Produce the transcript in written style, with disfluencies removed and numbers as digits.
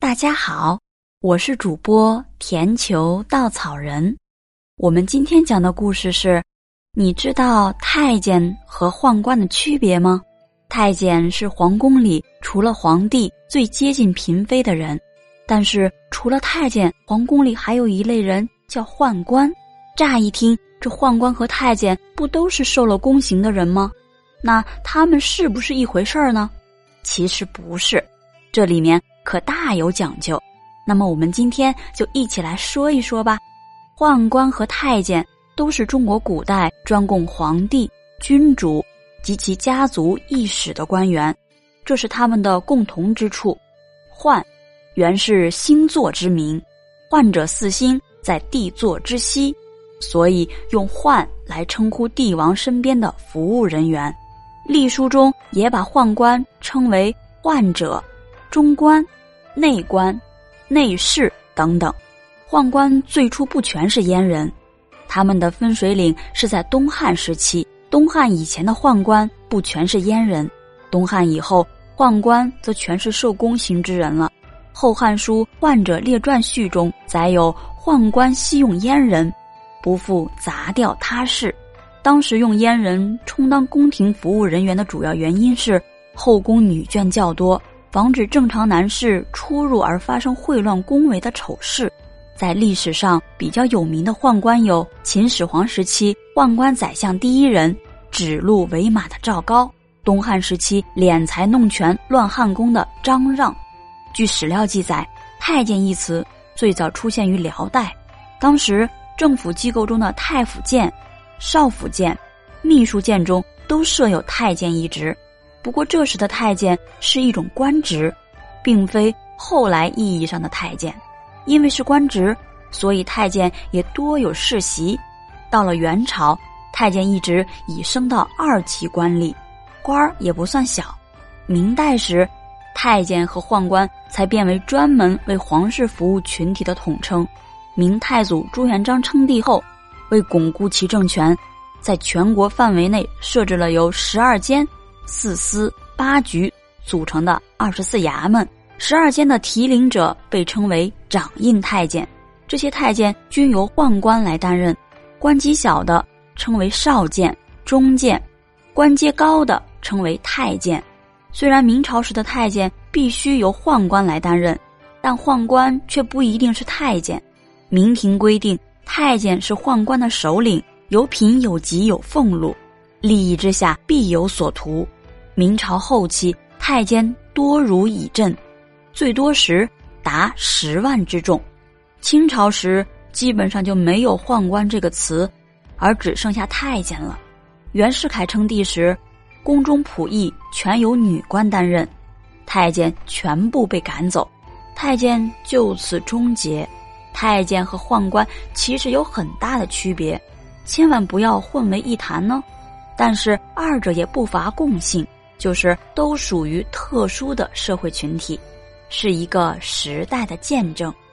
大家好，我是主播甜球稻草人。我们今天讲的故事是，你知道太监和宦官的区别吗？太监是皇宫里除了皇帝最接近嫔妃的人，但是除了太监，皇宫里还有一类人叫宦官。乍一听，这宦官和太监不都是受了宫刑的人吗？那他们是不是一回事儿呢？其实不是，这里面可大有讲究。那么我们今天就一起来说一说吧。宦官和太监都是中国古代专供皇帝、君主及其家族一使的官员，这是他们的共同之处。宦原是星座之名，宦者四星在帝座之西，所以用宦来称呼帝王身边的服务人员。历书中也把宦官称为宦者、中官、内官、内侍等等。宦官最初不全是阉人，他们的分水岭是在东汉时期。东汉以前的宦官不全是阉人，东汉以后宦官则全是受宫刑之人了。《后汉书·宦者列传序》中载有宦官悉用阉人，不负杂调他事。当时用阉人充当宫廷服务人员的主要原因是后宫女眷较多，防止正常男士出入而发生秽乱宫闱的丑事。在历史上比较有名的宦官有秦始皇时期宦官宰相第一人指鹿为马的赵高，东汉时期敛财弄权乱汉宫的张让。据史料记载，太监一词最早出现于辽代，当时政府机构中的太府监、少府监、秘书监中都设有太监一职。不过这时的太监是一种官职，并非后来意义上的太监。因为是官职，所以太监也多有世袭。到了元朝，太监一职已升到2级官吏，官儿也不算小。明代时，太监和宦官才变为专门为皇室服务群体的统称。明太祖朱元璋称帝后，为巩固其政权，在全国范围内设置了由12监、4司、8局组成的24衙门。12监的提领者被称为掌印太监，这些太监均由宦官来担任，官级小的称为少监、中监，官阶高的称为太监。虽然明朝时的太监必须由宦官来担任，但宦官却不一定是太监。明廷规定，太监是宦官的首领，有品有级有俸禄，利益之下必有所图。明朝后期，太监多如蚁阵，最多时达10万之众。清朝时基本上就没有宦官这个词，而只剩下太监了。袁世凯称帝时，宫中仆役全由女官担任，太监全部被赶走，太监就此终结。太监和宦官其实有很大的区别，千万不要混为一谈呢。但是二者也不乏共性，就是都属于特殊的社会群体，是一个时代的见证。